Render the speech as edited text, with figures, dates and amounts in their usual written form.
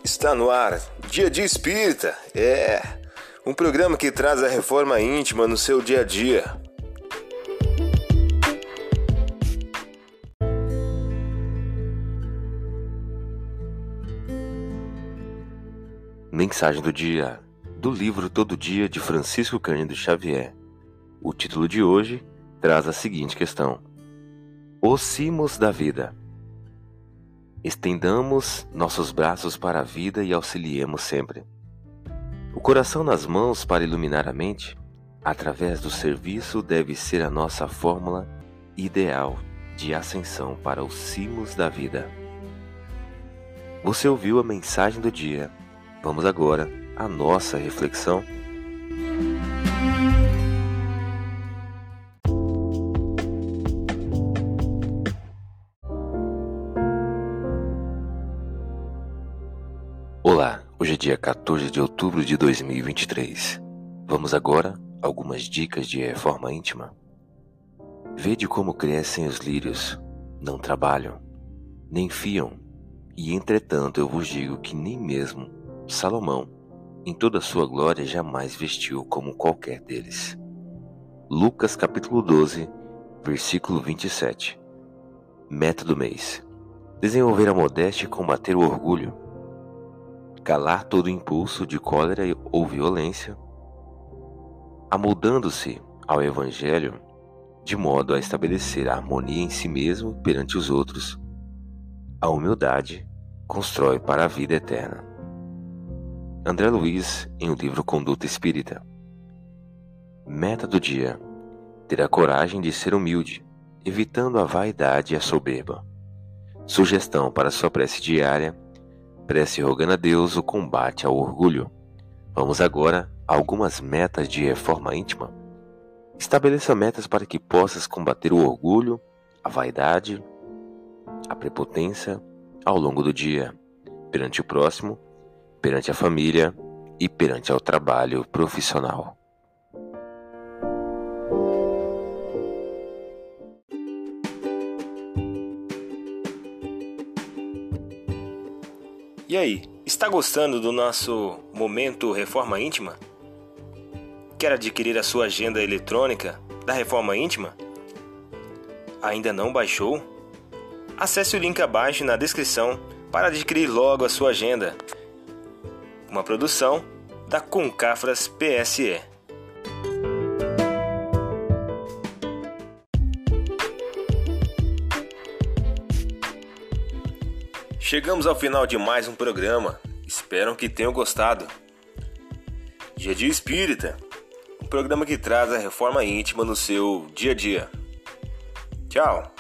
Está no ar, Dia de Espírita, um programa que traz a reforma íntima no seu dia a dia. Mensagem do dia, do livro Todo Dia de Francisco Cândido Xavier. O título de hoje traz a seguinte questão: Os cimos da vida. Estendamos nossos braços para a vida e auxiliemos sempre. O coração nas mãos para iluminar a mente, através do serviço, deve ser a nossa fórmula ideal de ascensão para os cimos da vida. Você ouviu a mensagem do dia. Vamos agora à nossa reflexão. Olá, hoje é dia 14 de outubro de 2023. Vamos agora a algumas dicas de reforma íntima. Vede como crescem os lírios, não trabalham, nem fiam, e entretanto eu vos digo que nem mesmo Salomão, em toda a sua glória, jamais vestiu como qualquer deles. Lucas capítulo 12, versículo 27. Meta do mês: desenvolver a modéstia e combater o orgulho. Calar todo impulso de cólera ou violência, amoldando-se ao Evangelho de modo a estabelecer a harmonia em si mesmo e perante os outros. A humildade constrói para a vida eterna. André Luiz, em o livro Conduta Espírita. Meta do dia: ter a coragem de ser humilde, evitando a vaidade e a soberba. Sugestão para sua prece diária: prece rogando a Deus o combate ao orgulho. Vamos agora a algumas metas de reforma íntima. Estabeleça metas para que possas combater o orgulho, a vaidade, a prepotência ao longo do dia, perante o próximo, perante a família e perante ao trabalho profissional. E aí, está gostando do nosso momento Reforma Íntima? Quer adquirir a sua agenda eletrônica da Reforma Íntima? Ainda não baixou? Acesse o link abaixo na descrição para adquirir logo a sua agenda. Uma produção da Concafras PSE. Chegamos ao final de mais um programa. Espero que tenham gostado. Dia de Espírita, um programa que traz a reforma íntima no seu dia a dia. Tchau!